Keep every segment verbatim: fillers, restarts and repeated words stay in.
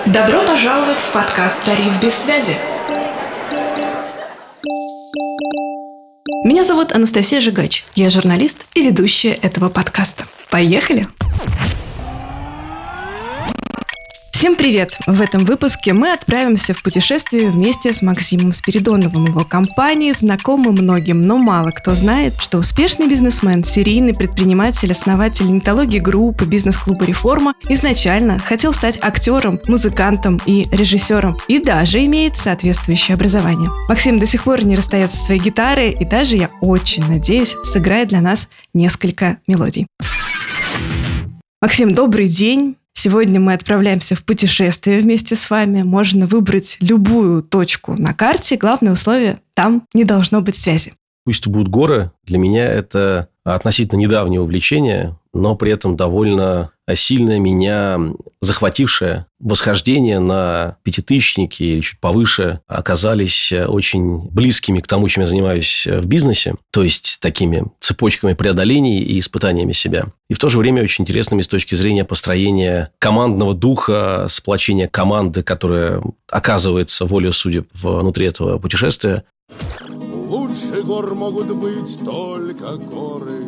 Добро пожаловать в подкаст «Тариф без связи». Меня зовут Анастасия Жигач. Я журналист и ведущая этого подкаста. Поехали! Всем привет! В этом выпуске мы отправимся в путешествие вместе с Максимом Спиридоновым. Его компании знакомы многим, но мало кто знает, что успешный бизнесмен, серийный предприниматель, основатель нетологии группы бизнес-клуба «Реформа» изначально хотел стать актером, музыкантом и режиссером, и даже имеет соответствующее образование. Максим до сих пор не расстается со своей гитарой, и даже, я очень надеюсь, сыграет для нас несколько мелодий. Максим, добрый день! Сегодня мы отправляемся в путешествие вместе с вами. Можно выбрать любую точку на карте. Главное условие – там не должно быть связи. Пусть это будут горы. Для меня это относительно недавнее увлечение, но при этом довольно сильно меня захватившее восхождение на пятитысячники или чуть повыше оказались очень близкими к тому, чем я занимаюсь в бизнесе, то есть такими цепочками преодолений и испытаниями себя. И в то же время очень интересными с точки зрения построения командного духа, сплочения команды, которая оказывается волею судеб внутри этого путешествия. Лучше гор могут быть только горы.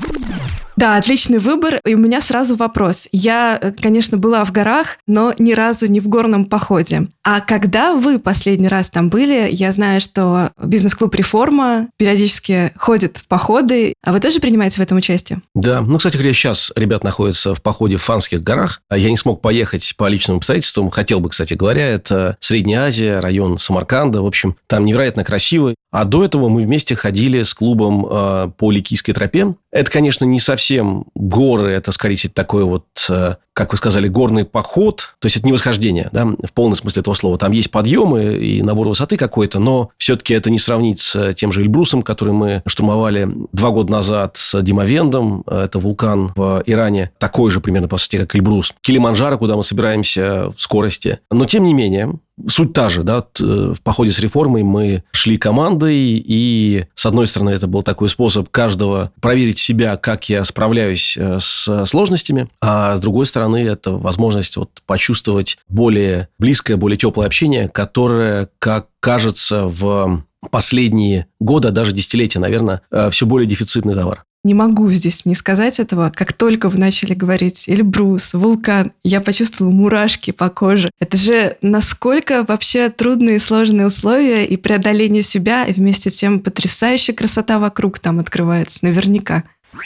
Да, отличный выбор. И у меня сразу вопрос. Я, конечно, была в горах, но ни разу не в горном походе. А когда вы последний раз там были? Я знаю, что бизнес-клуб «Реформа» периодически ходит в походы. А вы тоже принимаете в этом участие? Да. Ну, кстати говоря, сейчас ребят находятся в походе в Фанских горах. Я не смог поехать по личным обстоятельствам. Хотел бы, кстати говоря. Это Средняя Азия, район Самарканда. В общем, там невероятно красиво. А до этого мы вместе ходили с клубом э, по Ликийской тропе. Это, конечно, не совсем горы, это, скорее, такой вот, э, как вы сказали, горный поход. То есть, это не восхождение, да, в полном смысле этого слова. Там есть подъемы и набор высоты какой-то, но все-таки это не сравнить с тем же Эльбрусом, который мы штурмовали два года назад с Димовендом. Это вулкан в Иране, такой же примерно по высоте, как Эльбрус. Килиманджаро, куда мы собираемся в скорости. Но, тем не менее... Суть та же, да, в походе с реформой мы шли командой, и, с одной стороны, это был такой способ каждого проверить себя, как я справляюсь с сложностями, а с другой стороны, это возможность вот почувствовать более близкое, более теплое общение, которое, как кажется, в последние годы, даже десятилетия, наверное, все более дефицитный товар. Не могу здесь не сказать этого. Как только вы начали говорить Эльбрус, вулкан, я почувствовала мурашки по коже. Это же насколько вообще трудные и сложные условия и преодоление себя, и вместе с тем потрясающая красота вокруг там открывается, наверняка.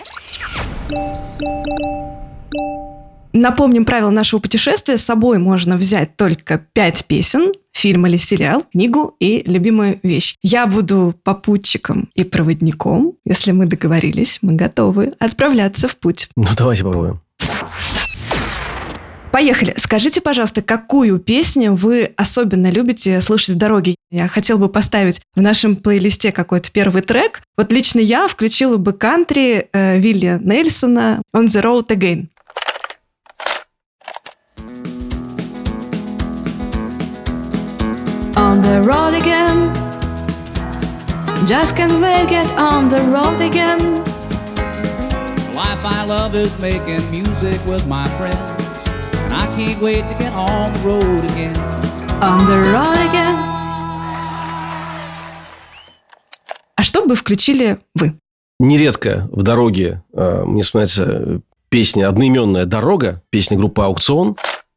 Напомним правила нашего путешествия. С собой можно взять только пять песен, фильм или сериал, книгу и любимую вещь. Я буду попутчиком и проводником. Если мы договорились, мы готовы отправляться в путь. Ну, давайте попробуем. Поехали. Скажите, пожалуйста, какую песню вы особенно любите слушать в дороге? Я хотела бы поставить в нашем плейлисте какой-то первый трек. Вот лично я включила бы кантри э, Вилли Нельсона «On the Road Again». On the road again, just can't wait, get on the road again. The life I love is making music with my friends, and I can't wait to get on the road again. On the road again. А что бы включили вы? Нередко в дороге э, мне вспоминается песня одноименная «Дорога», песня группы «Аукцион».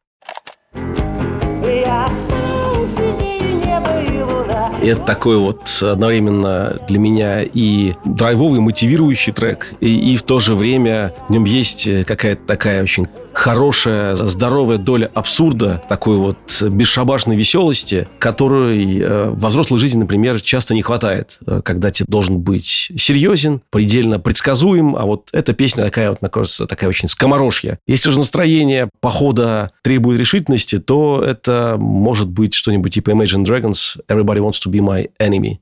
И это такой вот одновременно для меня и драйвовый, мотивирующий трек, и, и в то же время в нем есть какая-то такая очень хорошая, здоровая доля абсурда, такой вот бесшабашной веселости, которой во взрослой жизни, например, часто не хватает, когда ты должен быть серьезен, предельно предсказуем, а вот эта песня такая вот, мне кажется, такая очень скоморожья. Если же настроение похода требует решительности, то это может быть что-нибудь типа Imagine Dragons «Everybody wants to be my enemy».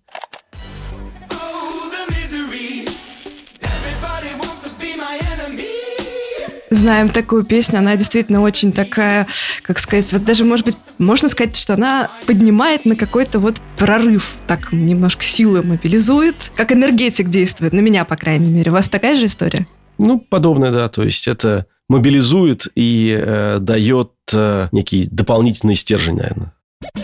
Знаем такую песню, она действительно очень такая, как сказать, вот даже, может быть, можно сказать, что она поднимает на какой-то вот прорыв, так немножко силы мобилизует, как энергетик действует, на меня, по крайней мере. У вас такая же история? Ну, подобное, да, то есть это мобилизует и э, дает это некий дополнительный стержень, наверное.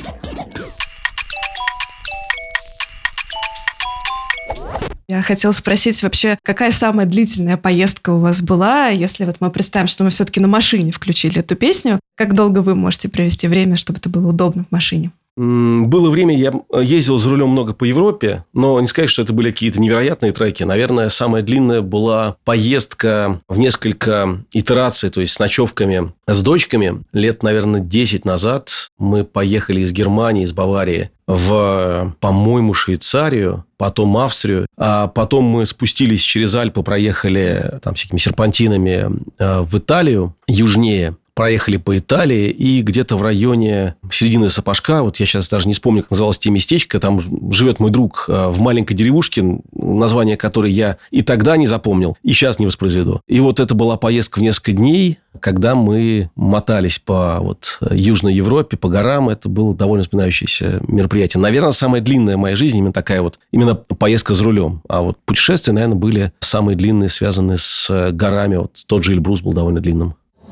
Я хотела спросить вообще, какая самая длительная поездка у вас была, если вот мы представим, что мы все-таки на машине включили эту песню, как долго вы можете провести время, чтобы это было удобно в машине? Было время, я ездил за рулем много по Европе, но не сказать, что это были какие-то невероятные треки. Наверное, самая длинная была поездка в несколько итераций, то есть с ночевками с дочками. Лет, наверное, десять назад мы поехали из Германии, из Баварии в, по-моему, Швейцарию, потом Австрию, а потом мы спустились через Альпы, проехали там всякими серпантинами в Италию, южнее. Проехали по Италии, и где-то в районе середины Сапожка, вот я сейчас даже не вспомню, как называлось те местечко, там живет мой друг в маленькой деревушке, название которой я и тогда не запомнил, и сейчас не воспроизведу. И вот это была поездка в несколько дней, когда мы мотались по вот Южной Европе, по горам. Это было довольно вспоминающееся мероприятие. Наверное, самая длинная в моей жизни именно такая вот, именно поездка за рулем. А вот путешествия, наверное, были самые длинные, связанные с горами. Вот тот же Эльбрус был довольно длинным.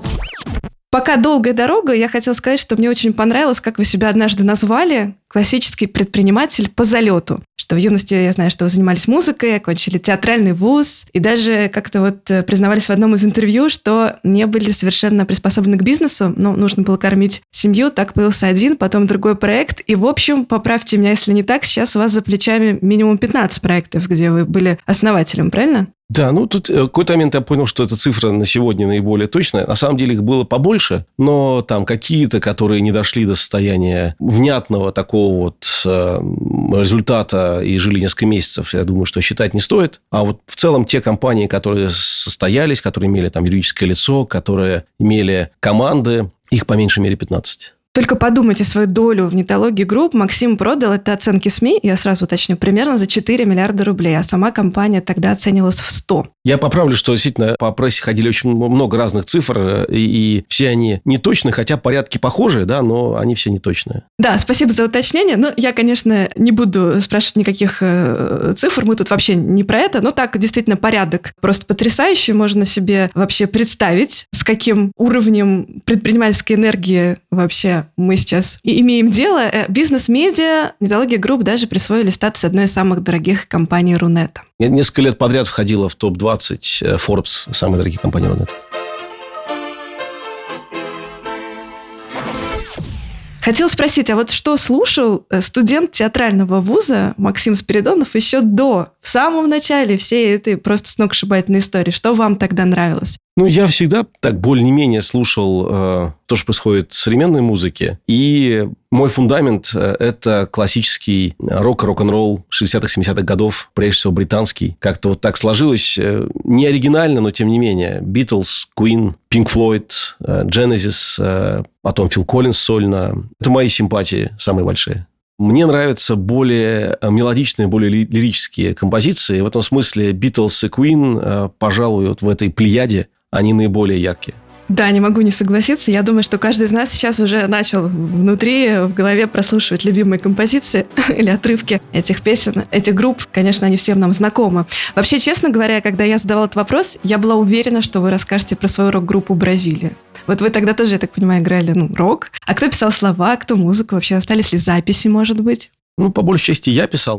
Пока долгая дорога, я хотела сказать, что мне очень понравилось, как вы себя однажды назвали классический предприниматель по залету. Что в юности, я знаю, что вы занимались музыкой, окончили театральный вуз, и даже как-то вот признавались в одном из интервью, что не были совершенно приспособлены к бизнесу, но нужно было кормить семью, так появился один, потом другой проект, и, в общем, поправьте меня, если не так, сейчас у вас за плечами минимум пятнадцать проектов, где вы были основателем, правильно? Да, ну тут в какой-то момент я понял, что эта цифра на сегодня наиболее точная. На самом деле их было побольше, но там какие-то, которые не дошли до состояния внятного такого вот э, результата и жили несколько месяцев, я думаю, что считать не стоит. А вот в целом те компании, которые состоялись, которые имели там юридическое лицо, которые имели команды, их по меньшей мере пятнадцать. Только подумайте, свою долю в Нетологии Групп Максим продал, это оценки СМИ, я сразу уточню, примерно за четыре миллиарда рублей, а сама компания тогда оценивалась в сто. Я поправлю, что действительно по прессе ходили очень много разных цифр, и, и все они неточные, хотя порядки похожие, да, но они все неточные. Да, спасибо за уточнение. Ну, я, конечно, не буду спрашивать никаких э, цифр, мы тут вообще не про это, но так, действительно, порядок просто потрясающий, можно себе вообще представить, с каким уровнем предпринимательской энергии вообще мы сейчас и имеем дело. Бизнес-медиа, Нетология Групп даже присвоили статус одной из самых дорогих компаний Рунета. Я несколько лет подряд входила в топ двадцать Forbes, самые дорогие компании Рунета. Хотела спросить, а вот что слушал студент театрального вуза Максим Спиридонов еще до, в самом начале всей этой просто сногсшибательной истории? Что вам тогда нравилось? Ну, я всегда так более-менее слушал э, то, что происходит в современной музыке. И мой фундамент э, – это классический рок, рок-н-ролл шестидесятых, семидесятых годов, прежде всего британский. Как-то вот так сложилось. Э, не оригинально, но тем не менее. Beatles, Queen, Pink Floyd, э, Genesis, э, потом Фил Коллинз сольно. Это мои симпатии самые большие. Мне нравятся более мелодичные, более лирические композиции. В этом смысле Beatles и Queen, пожалуй, вот в этой плеяде они наиболее яркие. Да, не могу не согласиться. Я думаю, что каждый из нас сейчас уже начал внутри, в голове прослушивать любимые композиции или отрывки этих песен, этих групп. Конечно, они всем нам знакомы. Вообще, честно говоря, когда я задавала этот вопрос, я была уверена, что вы расскажете про свою рок-группу «Бразилия». Вот вы тогда тоже, я так понимаю, играли, ну, рок. А кто писал слова, кто музыку? Вообще остались ли записи, может быть? Ну, по большей части я писал.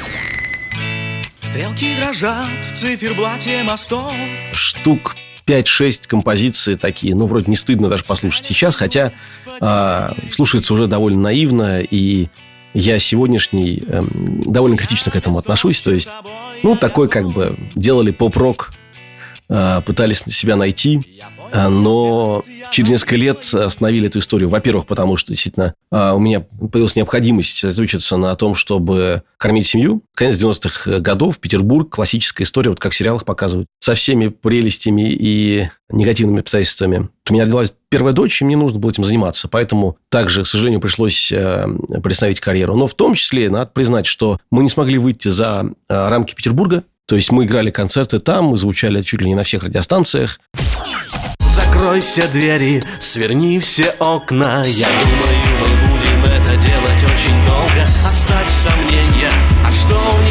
Стрелки дрожат в циферблате мостов. Штук пять-шесть композиций такие, ну, вроде не стыдно даже послушать сейчас, хотя э, слушается уже довольно наивно, и я сегодняшний э, довольно критично к этому отношусь. То есть, ну, такой как бы делали поп-рок, э, пытались себя найти, э, но через несколько лет остановили эту историю. Во-первых, потому что действительно э, у меня появилась необходимость сосредоточиться на том, чтобы кормить семью. Конец девяностых годов, Петербург, классическая история, вот как в сериалах показывают, со всеми прелестями и негативными обстоятельствами. У меня родилась первая дочь, и мне нужно было этим заниматься. Поэтому также, к сожалению, пришлось э, приостановить карьеру. Но в том числе надо признать, что мы не смогли выйти за э, рамки Петербурга. То есть мы играли концерты там, мы звучали чуть ли не на всех радиостанциях. Закрой все двери, сверни все окна. Я думаю, мы будем это делать очень долго. Оставь сомнения, а что у них толку?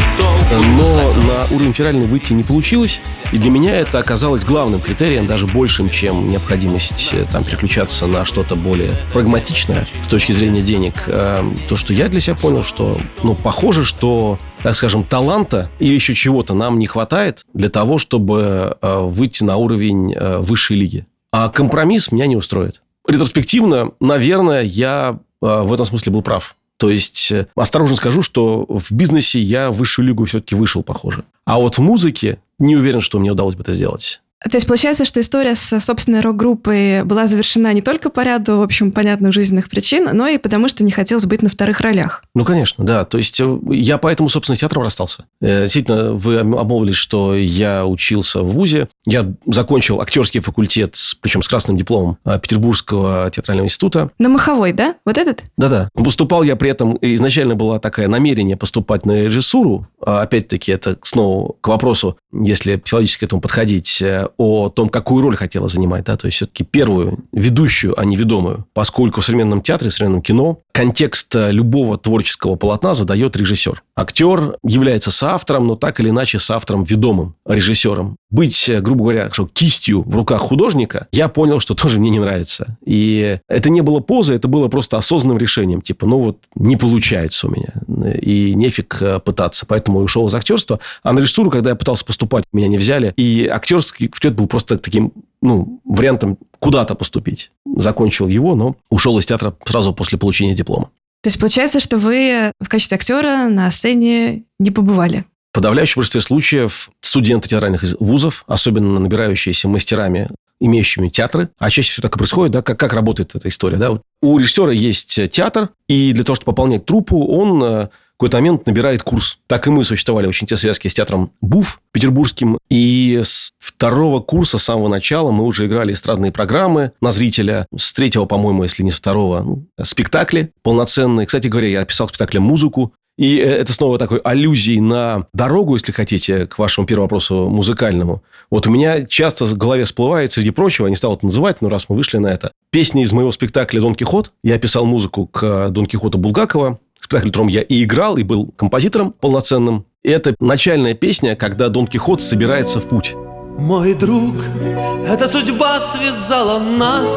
но на уровень федеральный выйти не получилось. И для меня это оказалось главным критерием, даже большим, чем необходимость там переключаться на что-то более прагматичное с точки зрения денег. То, что я для себя понял, что, ну, похоже, что, так скажем, таланта или еще чего-то нам не хватает для того, чтобы выйти на уровень высшей лиги. А компромисс меня не устроит. Ретроспективно, наверное, я в этом смысле был прав. То есть, осторожно скажу, что в бизнесе я в высшую лигу все-таки вышел, похоже. А вот в музыке не уверен, что мне удалось бы это сделать. То есть, получается, что история с собственной рок-группой была завершена не только по ряду, в общем, понятных жизненных причин, но и потому, что не хотелось быть на вторых ролях. Ну, конечно, да. То есть, я поэтому, собственно, с театром расстался. Действительно, вы обмолвились, что я учился в вузе. Я закончил актерский факультет, причем с красным дипломом Петербургского театрального института. На Маховой, да? Вот этот? Да-да. Поступал я при этом... Изначально было такое намерение поступать на режиссуру. Опять-таки, это снова к вопросу, если психологически к этому подходить, о том, какую роль хотела занимать, да, то есть все-таки первую, ведущую, а не ведомую, поскольку в современном театре, в современном кино контекст любого творческого полотна задает режиссер. Актер является соавтором, но так или иначе соавтором ведомым режиссером. Быть, грубо говоря, кистью в руках художника, я понял, что тоже мне не нравится. И это не было позой, это было просто осознанным решением. Типа, ну вот не получается у меня, и нефиг пытаться. Поэтому я ушел из актерства. А на режиссуру, когда я пытался поступать, меня не взяли. И актерский факультет был просто таким, ну, вариантом куда-то поступить. Закончил его, но ушел из театра сразу после получения диплома. То есть, получается, что вы в качестве актера на сцене не побывали? В подавляющем большинстве случаев студенты театральных вузов, особенно набирающиеся мастерами, имеющими театры, а чаще всего так и происходит, да, как, как работает эта история. Да? У режиссера есть театр, и для того, чтобы пополнять труппу, он в какой-то момент набирает курс. Так и мы существовали очень те связки с театром БУФ петербургским. И с второго курса, с самого начала, мы уже играли эстрадные программы на зрителя. С третьего, по-моему, если не с второго, ну, спектакли полноценные. Кстати говоря, я писал к спектаклям музыку. И это снова такой аллюзией на дорогу, если хотите, к вашему первому вопросу музыкальному. Вот у меня часто в голове всплывает, среди прочего, я не стал это называть, но раз мы вышли на это, песни из моего спектакля «Дон Кихот». Я писал музыку к «Дон Кихоту» Булгакова, спектакль, в котором я и играл, и был композитором полноценным. И это начальная песня, когда Дон Кихот собирается в путь. Мой друг, эта судьба связала нас,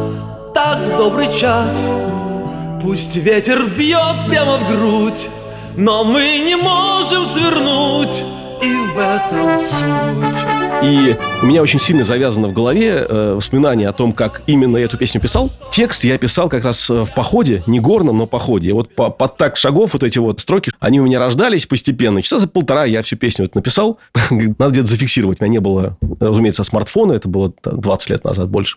так добрый час. Пусть ветер бьет прямо в грудь, но мы не можем свернуть, и в этом суть. И у меня очень сильно завязано в голове э, воспоминание о том, как именно я эту песню писал. Текст я писал как раз в походе, не горном, но походе. И вот по, под такт шагов вот эти вот строки, они у меня рождались постепенно. Часа за полтора я всю песню вот написал. Надо где-то зафиксировать. У меня не было, разумеется, смартфона. Это было двадцать лет назад больше.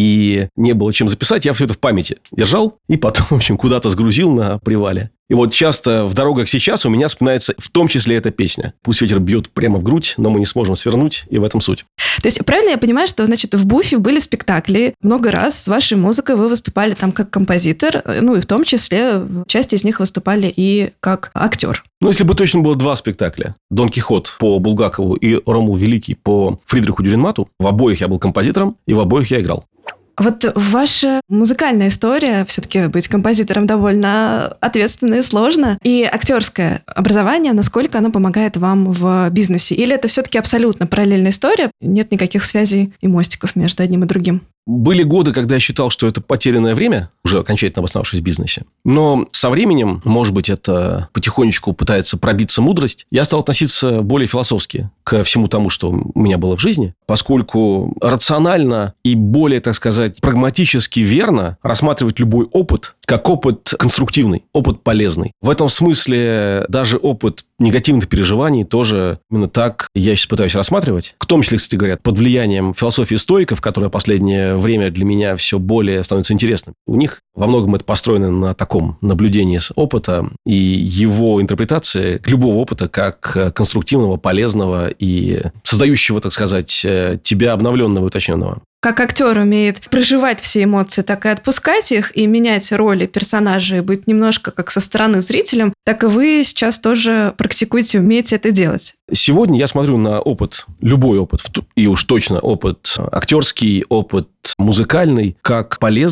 И не было чем записать. Я все это в памяти держал. И потом, в общем, куда-то сгрузил на привале. И вот часто в дорогах сейчас у меня вспоминается в том числе эта песня. Пусть ветер бьет прямо в грудь, но мы не сможем свернуть, и в этом суть. То есть, правильно я понимаю, что, значит, в БУФе были спектакли, много раз с вашей музыкой вы выступали там как композитор, ну и в том числе часть из них выступали и как актер. Ну, если бы точно было два спектакля. «Дон Кихот» по Булгакову и «Ромул Великий» по Фридриху Дюрренмату. В обоих я был композитором, и в обоих я играл. Вот ваша музыкальная история, все-таки быть композитором довольно ответственно и сложно. И актерское образование, насколько оно помогает вам в бизнесе? Или это все-таки абсолютно параллельная история? Нет никаких связей и мостиков между одним и другим? Были годы, когда я считал, что это потерянное время, уже окончательно обосновавшись в бизнесе. Но со временем, может быть, это потихонечку пытается пробиться мудрость, я стал относиться более философски к всему тому, что у меня было в жизни, поскольку рационально и более, так сказать, прагматически верно рассматривать любой опыт как опыт конструктивный, опыт полезный. В этом смысле даже опыт негативных переживаний тоже именно так я сейчас пытаюсь рассматривать. В том числе, кстати говоря, под влиянием философии стоиков, которая в последнее время для меня все более становится интересным. У них во многом это построено на таком наблюдении с опыта и его интерпретации любого опыта как конструктивного, полезного и создающего, так сказать, тебя обновленного и уточненного. Как актер умеет проживать все эмоции, так и отпускать их, и менять роли персонажей, быть немножко как со стороны зрителем, так и вы сейчас тоже практикуете, умеете это делать. Сегодня я смотрю на опыт, любой опыт, и уж точно опыт актерский, опыт музыкальный, как полезный,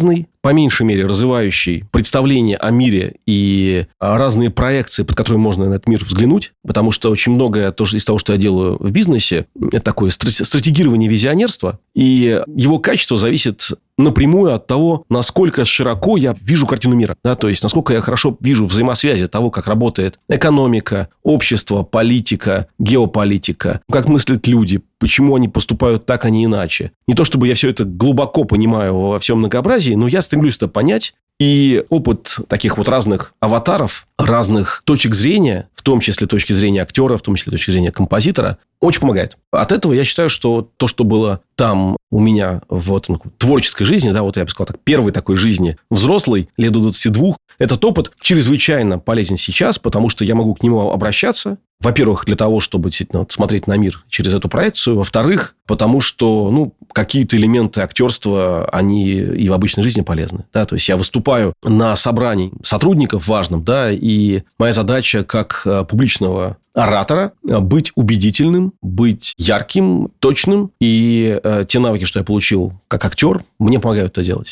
по меньшей мере, развивающий представление о мире и разные проекции, под которые можно на этот мир взглянуть, потому что очень многое из того, что я делаю в бизнесе, это такое стратегирование визионерства, и его качество зависит напрямую от того, насколько широко я вижу картину мира. Да? То есть, насколько я хорошо вижу взаимосвязи того, как работает экономика, общество, политика, геополитика, как мыслят люди, почему они поступают так, а не иначе. Не то, чтобы я все это глубоко понимаю во всем многообразии, но я стремлюсь это понять. И опыт таких вот разных аватаров, разных точек зрения, в том числе точки зрения актера, в том числе точки зрения композитора, очень помогает. От этого я считаю, что то, что было там у меня в ну, творческой жизни, да, вот я бы сказал так, первой такой жизни взрослой, лет до двадцати двух, этот опыт чрезвычайно полезен сейчас, потому что я могу к нему обращаться. Во-первых, для того, чтобы действительно вот, смотреть на мир через эту проекцию. Во-вторых, потому что ну, какие-то элементы актерства, они и в обычной жизни полезны. Да? То есть, я выступаю на собрании сотрудников важном, да, и моя задача как публичного оратора быть убедительным, быть ярким, точным. И э, те навыки, что я получил как актер, мне помогают это делать.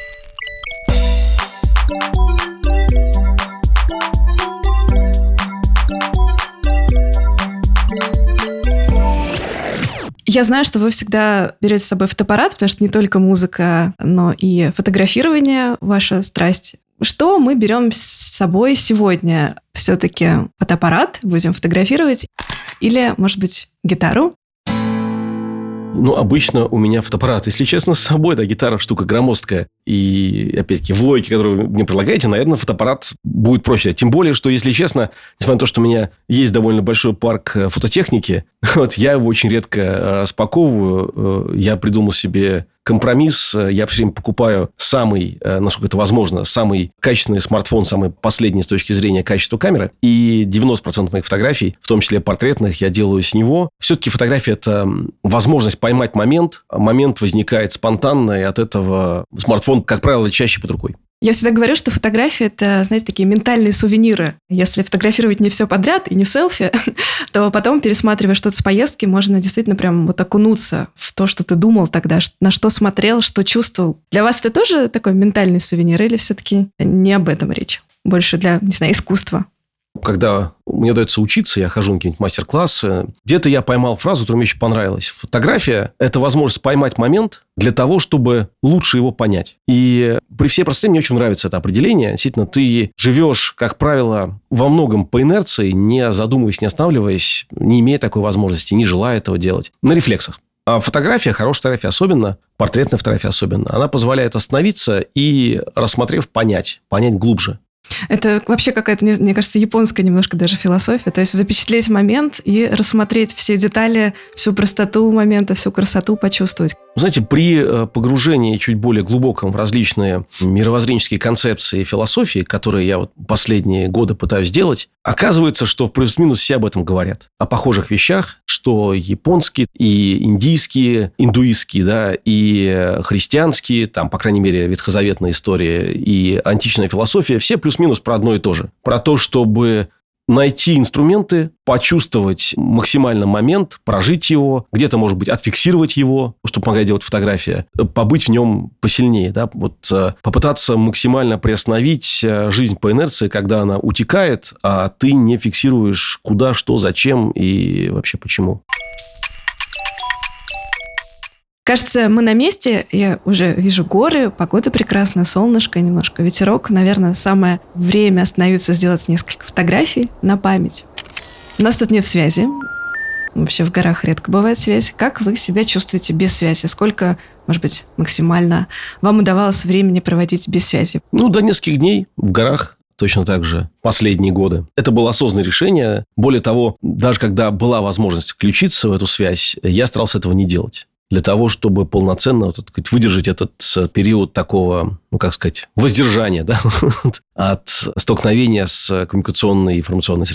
Я знаю, что вы всегда берете с собой фотоаппарат, потому что не только музыка, но и фотографирование – ваша страсть. Что мы берем с собой сегодня? Все-таки фотоаппарат будем фотографировать или, может быть, гитару? Ну, обычно у меня фотоаппарат, если честно, с собой. Да, гитара штука громоздкая. И, опять-таки, в логике, которую вы мне предлагаете, наверное, фотоаппарат будет проще. Тем более, что, если честно, несмотря на то, что у меня есть довольно большой парк фототехники, вот я его очень редко распаковываю. Я придумал себе компромисс. Я все время покупаю самый, насколько это возможно, самый качественный смартфон, самый последний с точки зрения качества камеры. И девяносто процентов моих фотографий, в том числе портретных, я делаю с него. Все-таки фотография – это возможность поймать момент. Момент возникает спонтанно, и от этого смартфон, как правило, чаще под рукой. Я всегда говорю, что фотография – это, знаете, такие ментальные сувениры. Если фотографировать не все подряд и не селфи, то потом, пересматривая что-то с поездки, можно действительно прям вот окунуться в то, что ты думал тогда, на что смотрел, что чувствовал. Для вас это тоже такой ментальный сувенир или все-таки не об этом речь? Больше для, не знаю, искусства? Когда мне удается учиться, я хожу на какие-нибудь мастер-классы, где-то я поймал фразу, которая мне очень понравилась. Фотография – это возможность поймать момент для того, чтобы лучше его понять. И при всей простоте мне очень нравится это определение. Действительно, ты живешь, как правило, во многом по инерции, не задумываясь, не останавливаясь, не имея такой возможности, не желая этого делать, на рефлексах. А фотография, хорошая фотография особенно, портретная фотография особенно, она позволяет остановиться и, рассмотрев, понять, понять глубже. Это вообще какая-то, мне, мне кажется, японская немножко даже философия. То есть запечатлеть момент и рассмотреть все детали, всю простоту момента, всю красоту почувствовать. Знаете, при погружении чуть более глубоком в различные мировоззренческие концепции и философии, которые я вот последние годы пытаюсь делать, оказывается, что в плюс-минус все об этом говорят. О похожих вещах, что японские и индийские, индуистские, да, и христианские, там, по крайней мере, ветхозаветная история и античная философия, все плюс-минус про одно и то же. Про то, чтобы найти инструменты, почувствовать максимально момент, прожить его, где-то, может быть, отфиксировать его, что помогает делать фотография, побыть в нем посильнее, да, вот попытаться максимально приостановить жизнь по инерции, когда она утекает, а ты не фиксируешь куда, что, зачем и вообще почему. Кажется, мы на месте. Я уже вижу горы, погода прекрасная, солнышко, немножко ветерок. Наверное, самое время остановиться, сделать несколько фотографий на память. У нас тут нет связи. Вообще в горах редко бывает связь. Как вы себя чувствуете без связи? Сколько, может быть, максимально вам удавалось времени проводить без связи? Ну, до нескольких дней в горах. Точно так же последние годы. Это было осознанное решение. Более того, даже когда была возможность включиться в эту связь, я старался этого не делать. Для того, чтобы полноценно вот, так сказать, выдержать этот период такого, ну, как сказать, воздержания, да, от столкновения с коммуникационной и информационной средой.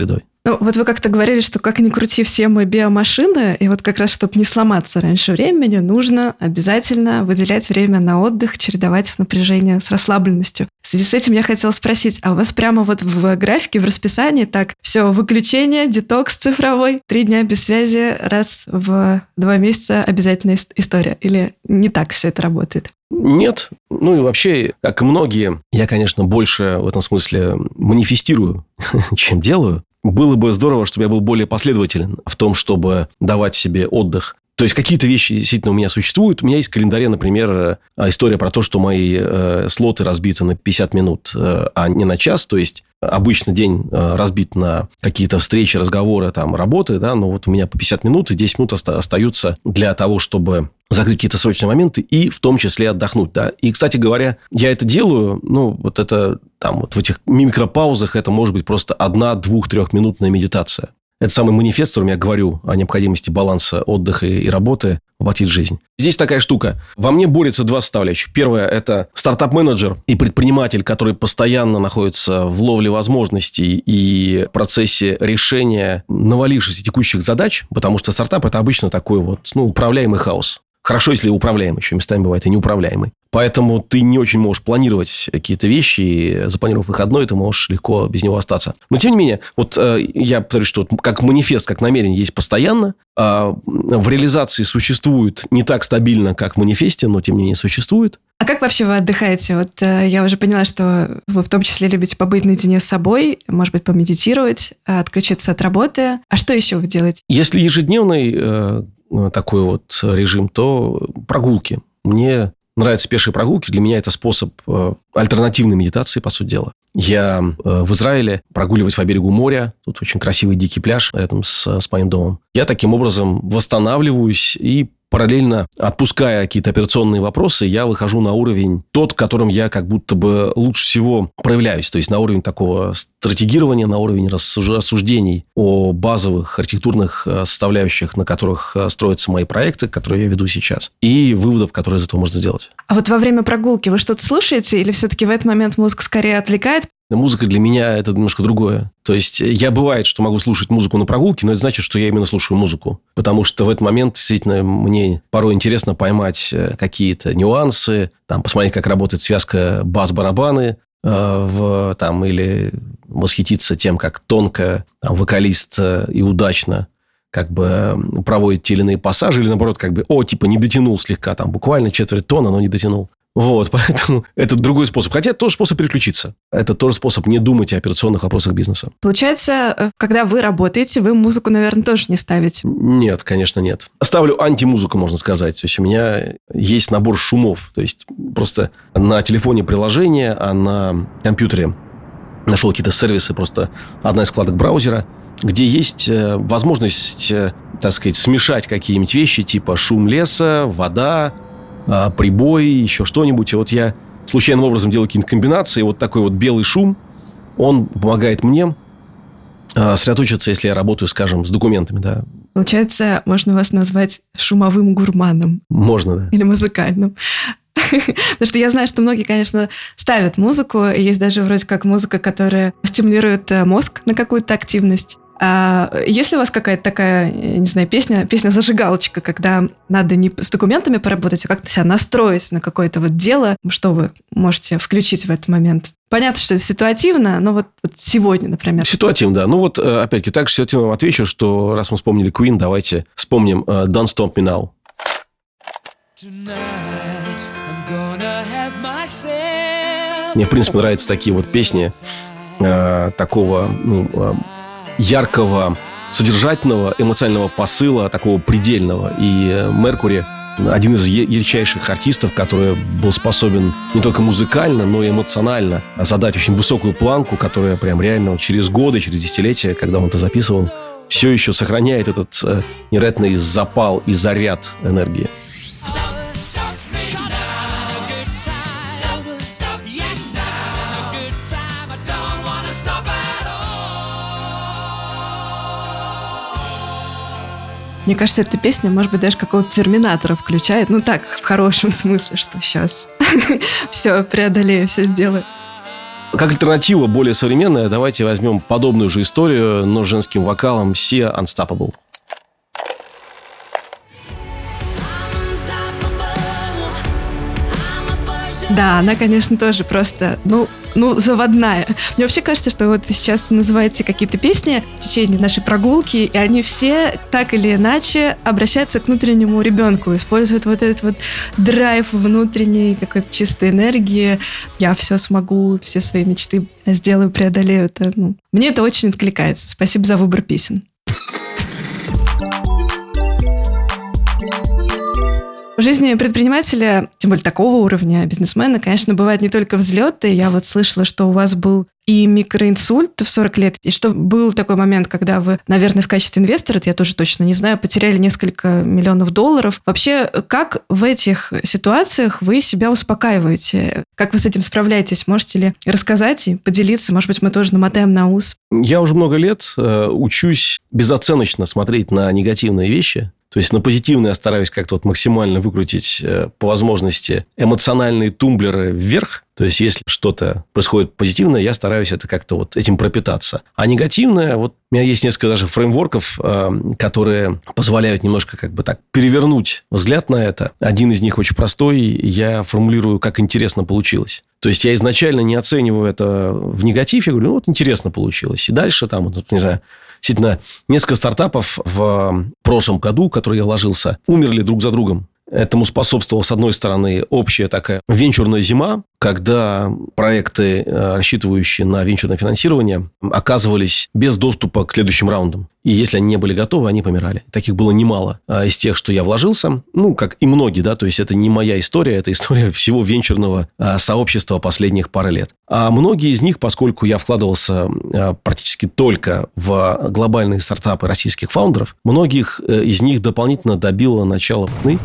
Ну, вот вы как-то говорили, что как ни крути, все мы биомашины, и вот как раз, чтобы не сломаться раньше времени, нужно обязательно выделять время на отдых, чередовать напряжение с расслабленностью. В связи с этим я хотела спросить, а у вас прямо вот в графике, в расписании так, все, выключение, детокс цифровой, три дня без связи, раз в два месяца обязательная история? Или не так все это работает? Нет. Ну и вообще, как и многие, я, конечно, больше в этом смысле манифестирую, чем делаю. Было бы здорово, чтобы я был более последователен в том, чтобы давать себе отдых. То есть, какие-то вещи действительно у меня существуют. У меня есть в календаре, например, история про то, что мои э, слоты разбиты на пятьдесят минут, э, а не на час. То есть, обычно день э, разбит на какие-то встречи, разговоры, там, работы, да, но вот у меня по пятьдесят минут, и десять минут оста- остаются для того, чтобы закрыть какие-то срочные моменты и в том числе отдохнуть, да. И, кстати говоря, я это делаю, ну, вот это там вот в этих микропаузах это может быть просто одна, двух, трехминутная медитация. Это самый манифест, в котором я говорю о необходимости баланса отдыха и работы воплотить в жизнь. Здесь такая штука. Во мне борются два составляющих. Первое – это стартап-менеджер и предприниматель, который постоянно находится в ловле возможностей и в процессе решения навалившихся текущих задач, потому что стартап – это обычно такой вот, ну, управляемый хаос. Хорошо, если управляемый, еще местами бывает и неуправляемый. Поэтому ты не очень можешь планировать какие-то вещи, и запланировав выходной, ты можешь легко без него остаться. Но, тем не менее, вот э, я повторю, что как манифест, как намерение есть постоянно, а в реализации существует не так стабильно, как в манифесте, но, тем не менее, существует. А как вообще вы отдыхаете? Вот э, я уже поняла, что вы в том числе любите побыть наедине с собой, может быть, помедитировать, отключиться от работы. А что еще вы делаете? Если ежедневный э, такой вот режим, то прогулки. Мне нравятся пешие прогулки. Для меня это способ э, альтернативной медитации, по сути дела. Я э, в Израиле прогуливаюсь по берегу моря. Тут очень красивый дикий пляж рядом с, с моим домом. Я таким образом восстанавливаюсь и параллельно отпуская какие-то операционные вопросы, я выхожу на уровень тот, которым я как будто бы лучше всего проявляюсь. То есть, на уровень такого стратегирования, на уровень рассуждений о базовых архитектурных составляющих, на которых строятся мои проекты, которые я веду сейчас, и выводов, которые из этого можно сделать. А вот во время прогулки вы что-то слушаете или все-таки в этот момент мозг скорее отвлекает? Музыка для меня – это немножко другое. То есть, я бывает, что могу слушать музыку на прогулке, но это значит, что я именно слушаю музыку. Потому что в этот момент, действительно, мне порой интересно поймать какие-то нюансы, там, посмотреть, как работает связка бас-барабаны, э, в, там, или восхититься тем, как тонко там, вокалист и удачно как бы проводит те или иные пассажи, или, наоборот, как бы, о, типа, не дотянул слегка, там, буквально четверть тона, но не дотянул. Вот, поэтому это другой способ. Хотя это тоже способ переключиться. Это тоже способ не думать о операционных вопросах бизнеса. Получается, когда вы работаете, вы музыку, наверное, тоже не ставите? Нет, конечно, нет. Ставлю антимузыку, можно сказать. То есть, у меня есть набор шумов. То есть, просто на телефоне приложение, а на компьютере нашел какие-то сервисы, просто одна из вкладок браузера, где есть возможность, так сказать, смешать какие-нибудь вещи, типа шум леса, вода, прибой, еще что-нибудь. И вот я случайным образом делаю какие-то комбинации. Вот такой вот белый шум, он помогает мне сосредоточиться, если я работаю, скажем, с документами, да. Получается, можно вас назвать шумовым гурманом. Можно, да. Или музыкальным. Потому что я знаю, что многие, конечно, ставят музыку. Есть даже вроде как музыка, которая стимулирует мозг на какую-то активность. А есть ли у вас какая-то такая, не знаю, песня, песня-зажигалочка, когда надо не с документами поработать, а как-то себя настроить на какое-то вот дело, что вы можете включить в этот момент? Понятно, что это ситуативно, но вот, вот сегодня, например. Ситуативно, да. Ну вот, опять-таки, так ситуативно вам отвечу, что раз мы вспомнили Queen, давайте вспомним Don't Stop Me Now. Мне, в принципе, нравятся такие вот песни э, такого, ну, э, яркого, содержательного, эмоционального посыла, такого предельного. И Меркури один из ярчайших артистов, который был способен не только музыкально, но и эмоционально задать очень высокую планку, которая прям реально через годы, через десятилетия, когда он это записывал, все еще сохраняет этот э, невероятный запал и заряд энергии. Мне кажется, эта песня, может быть, даже какого-то терминатора включает. Ну так, в хорошем смысле, что сейчас все преодолею, все сделаю. Как альтернатива более современная, давайте возьмем подобную же историю, но с женским вокалом Sia Unstoppable. Да, она, конечно, тоже просто, ну, ну, заводная. Мне вообще кажется, что вот сейчас называете какие-то песни в течение нашей прогулки, и они все так или иначе обращаются к внутреннему ребенку, используют вот этот вот драйв внутренней какой-то чистой энергии. Я все смогу, все свои мечты сделаю, преодолею. Это, ну, мне это очень откликается. Спасибо за выбор песен. В жизни предпринимателя, тем более такого уровня бизнесмена, конечно, бывают не только взлеты. Я вот слышала, что у вас был и микроинсульт в сорок лет, и что был такой момент, когда вы, наверное, в качестве инвестора, это я тоже точно не знаю, потеряли несколько миллионов долларов. Вообще, как в этих ситуациях вы себя успокаиваете? Как вы с этим справляетесь? Можете ли рассказать и поделиться? Может быть, мы тоже намотаем на ус. Я уже много лет э, учусь безоценочно смотреть на негативные вещи. То есть на позитивное я стараюсь как-то вот максимально выкрутить э, по возможности эмоциональные тумблеры вверх. То есть если что-то происходит позитивное, я стараюсь это как-то вот этим пропитаться. А негативное, вот у меня есть несколько даже фреймворков, э, которые позволяют немножко как бы так перевернуть взгляд на это. Один из них очень простой, я формулирую, как интересно получилось. То есть я изначально не оцениваю это в негатив, я говорю, ну вот интересно получилось. И дальше там, вот, не знаю, действительно, несколько стартапов в прошлом году, в которые я вложился, умерли друг за другом. Этому способствовала, с одной стороны, общая такая венчурная зима, когда проекты, рассчитывающие на венчурное финансирование, оказывались без доступа к следующим раундам. И если они не были готовы, они помирали. Таких было немало из тех, что я вложился. Ну, как и многие, да, то есть это не моя история, это история всего венчурного сообщества последних пары лет. А многие из них, поскольку я вкладывался практически только в глобальные стартапы российских фаундеров, многих из них дополнительно добило начало войны.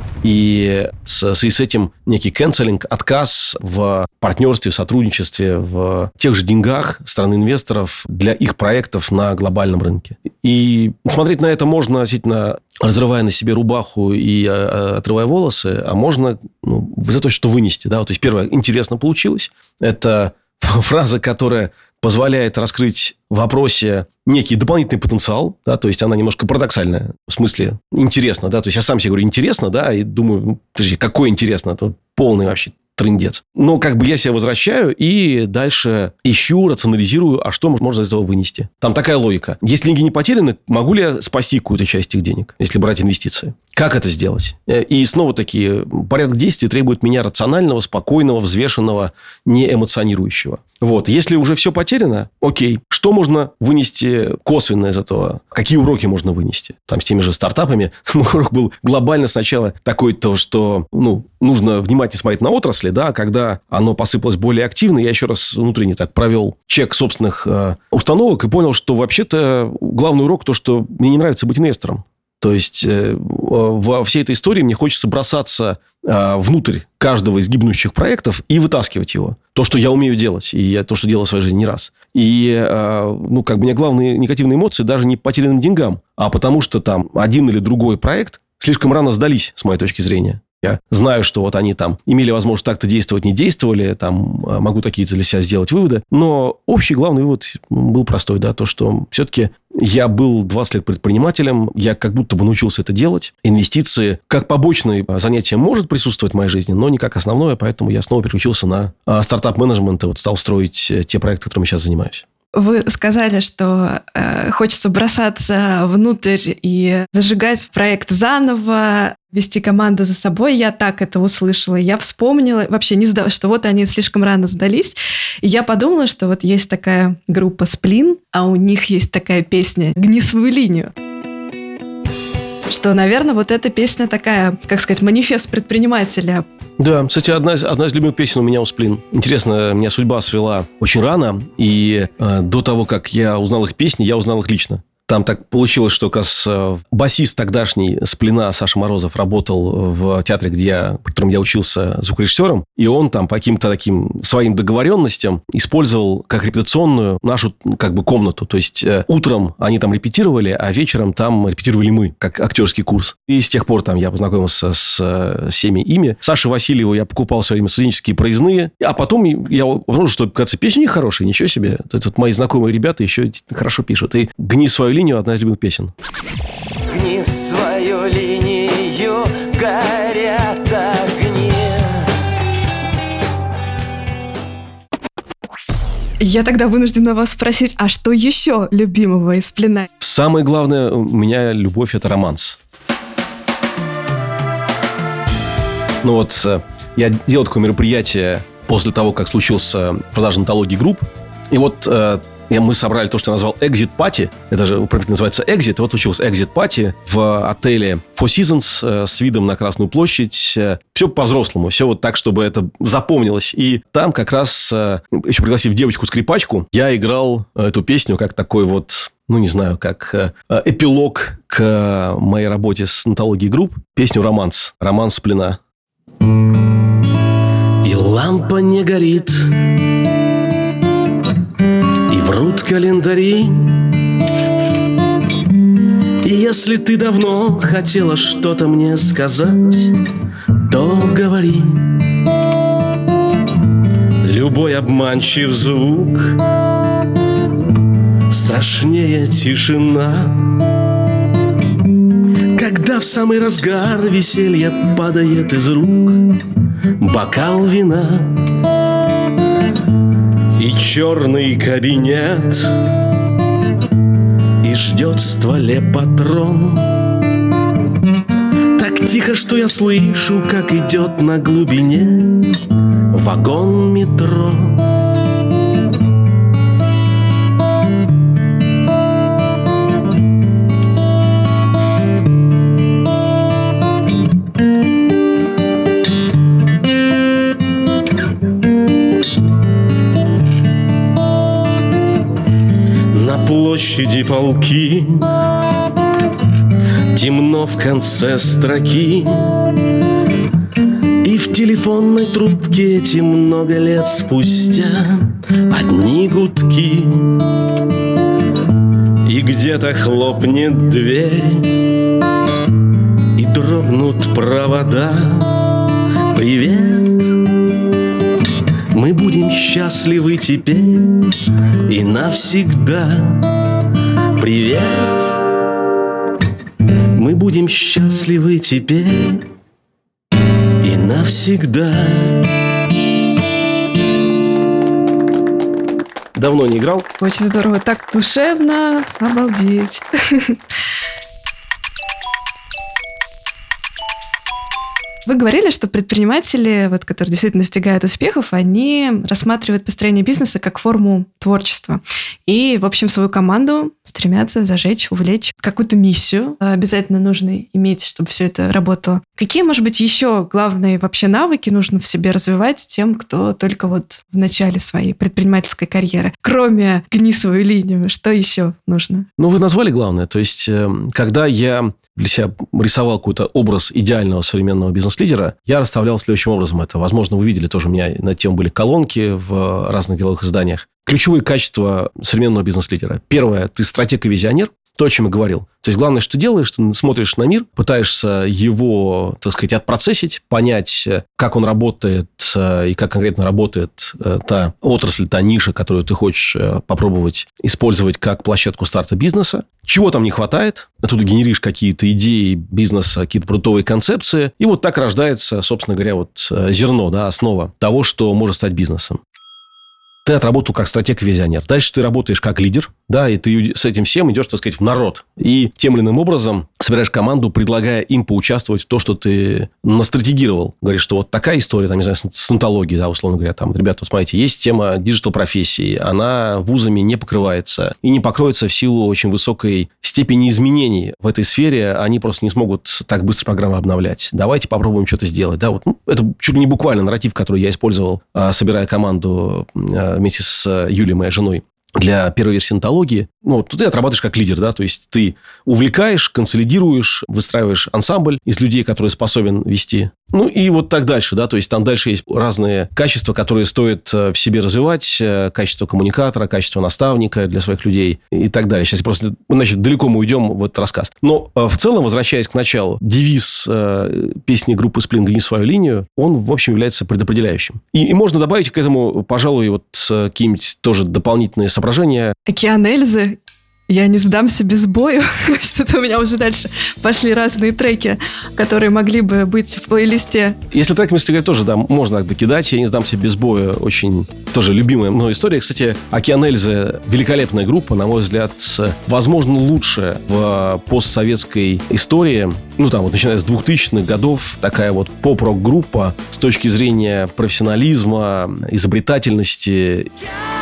И в связи с этим некий канцелинг, отказ в партнерстве, в сотрудничестве, в тех же деньгах страны инвесторов для их проектов на глобальном рынке. И смотреть на это можно, действительно, разрывая на себе рубаху и отрывая волосы, а можно, ну, за то, что вынести. Да? То есть, первое, интересно получилось. Это фраза, которая позволяет раскрыть в вопросе некий дополнительный потенциал, да, то есть она немножко парадоксальная, в смысле интересно, да, то есть я сам себе говорю интересно, да, и думаю, ну, подожди, какое интересно, это полный вообще трындец. Но как бы я себя возвращаю и дальше ищу, рационализирую, а что можно из этого вынести. Там такая логика. Если деньги не потеряны, могу ли я спасти какую-то часть этих денег, если брать инвестиции? Как это сделать? И снова таки, порядок действий требует меня рационального, спокойного, взвешенного, не эмоционирующего. Вот. Если уже все потеряно, окей. Что можно вынести косвенно из этого? Какие уроки можно вынести? Там с теми же стартапами. Мой урок был глобально сначала такой, то, что ну, нужно внимательно смотреть на отрасли, да, когда оно посыпалось более активно, я еще раз внутренне так провел чек собственных э, установок и понял, что вообще-то главный урок то, что мне не нравится быть инвестором. То есть, э, во всей этой истории мне хочется бросаться э, внутрь каждого из гибнущих проектов и вытаскивать его. То, что я умею делать, и я то, что делал в своей жизни не раз. И, э, ну, как бы, у меня главные негативные эмоции даже не по потерянным деньгам, а потому что там один или другой проект слишком рано сдались, с моей точки зрения. Я знаю, что вот они там имели возможность так-то действовать, не действовали, там могу какие-то для себя сделать выводы. Но общий главный вывод был простой, да, то, что все-таки я был двадцать лет предпринимателем, я как будто бы научился это делать. Инвестиции как побочное занятие может присутствовать в моей жизни, но не как основное, поэтому я снова переключился на стартап-менеджмент и вот стал строить те проекты, которыми сейчас занимаюсь. Вы сказали, что э, хочется бросаться внутрь и зажигать проект заново, вести команду за собой. Я так это услышала. Я вспомнила, вообще не сдавала, что вот они слишком рано сдались. И я подумала, что вот есть такая группа «Сплин», а у них есть такая песня «Гни свою линию». Что, наверное, вот эта песня такая, как сказать, манифест предпринимателя. Да, кстати, одна из, одна из любимых песен у меня у «Сплин». Интересно, меня судьба свела очень рано, и э, до того, как я узнал их песни, я узнал их лично. Там так получилось, что как раз басист тогдашний Сплина Саша Морозов работал в театре, где я, в котором я учился звукорежиссером. И он там по каким-то таким своим договоренностям использовал как репетиционную нашу как бы комнату. То есть утром они там репетировали, а вечером там репетировали мы, как актерский курс. И с тех пор там я познакомился с всеми ими. Саше Васильеву я покупал в свое время студенческие проездные. А потом я обнаружил, что, кажется, песни у них хорошие, ничего себе. Это мои знакомые ребята еще хорошо пишут. И «Гни свою линию» — одна из любимых песен. Гни свою линию, горят огни. Я тогда вынуждена вас спросить, а что еще любимого из Сплина? Самое главное у меня любовь – это романс. Ну вот я делал такое мероприятие после того, как случился продажа антологии групп. И вот мы собрали то, что я назвал Exit Party. Это же управление называется Exit. И вот случилось Exit Party в отеле Four Seasons с видом на Красную площадь. Все по-взрослому. Все вот так, чтобы это запомнилось. И там как раз, еще пригласив девочку-скрипачку, я играл эту песню как такой вот, ну, не знаю, как эпилог к моей работе с антологией групп. Песню «Романс». «Романс Сплина». И лампа не горит, врут календари. И если ты давно хотела что-то мне сказать, то говори. Любой обманчив звук страшнее тишина. Когда в самый разгар веселья падает из рук бокал вина и черный кабинет, и ждет в стволе патрон. Так тихо, что я слышу, как идет на глубине вагон метро. Площади полки, темно в конце строки, и в телефонной трубке эти много лет спустя одни гудки. И где-то хлопнет дверь, и дрогнут провода. Привет, мы будем счастливы теперь и навсегда. Привет, мы будем счастливы теперь и навсегда. Давно не играл? Очень здорово, так душевно, обалдеть. Вы говорили, что предприниматели, вот, которые действительно достигают успехов, они рассматривают построение бизнеса как форму творчества. И, в общем, свою команду стремятся зажечь, увлечь, какую-то миссию обязательно нужно иметь, чтобы все это работало. Какие, может быть, еще главные вообще навыки нужно в себе развивать тем, кто только вот в начале своей предпринимательской карьеры? Кроме «гни свою линию», что еще нужно? Ну, вы назвали главное. То есть, когда я для себя рисовал какой-то образ идеального современного бизнес-лидера, я расставлял следующим образом это. Возможно, вы видели тоже, у меня на тему были колонки в разных деловых изданиях. Ключевые качества современного бизнес-лидера. Первое, ты стратег и визионер. То, о чем я говорил. То есть, главное, что делаешь, ты смотришь на мир, пытаешься его, так сказать, отпроцессить, понять, как он работает и как конкретно работает та отрасль, та ниша, которую ты хочешь попробовать использовать как площадку старта бизнеса. Чего там не хватает, оттуда генеришь какие-то идеи бизнеса, какие-то продуктовые концепции. И вот так рождается, собственно говоря, вот зерно, да, основа того, что может стать бизнесом. Ты отработал как стратег-визионер. Дальше ты работаешь как лидер, да, и ты с этим всем идешь, так сказать, в народ. И тем или иным образом собираешь команду, предлагая им поучаствовать в то, что ты настратегировал. Говоришь, что вот такая история, там, не знаю, с антологией, да, условно говоря, там, ребята, вот смотрите, есть тема диджитал-профессии, она вузами не покрывается и не покроется в силу очень высокой степени изменений в этой сфере, они просто не смогут так быстро программы обновлять. Давайте попробуем что-то сделать. Да, вот, ну, это чуть ли не буквально нарратив, который я использовал, собирая команду вместе с Юлей, моей женой. для первой версии антологии. Ну, ты отрабатываешь как лидер, да, то есть ты увлекаешь, консолидируешь, выстраиваешь ансамбль из людей, который способен вести. Ну, и вот так дальше, да, то есть там дальше есть разные качества, которые стоит в себе развивать, качество коммуникатора, качество наставника для своих людей и так далее. Сейчас просто, значит, далеко мы уйдем в этот рассказ. Но в целом, возвращаясь к началу, девиз песни группы «Сплин» «Гни свою линию», он, в общем, является предопределяющим. И, и можно добавить к этому, пожалуй, вот какие-нибудь тоже дополнительные соображения. «Океан Эльзы», «Я не сдамся без бою». Что-то у меня уже дальше пошли разные треки, которые могли бы быть в плейлисте. Если трек «Мистер», тоже, да, можно докидать. «Я не сдамся без боя» очень тоже любимая мной история. Кстати, «Океан Эльзы» великолепная группа, на мой взгляд, возможно, лучшая в постсоветской истории. Ну, там, вот начиная с двухтысячных годов, такая вот поп-рок группа с точки зрения профессионализма, изобретательности.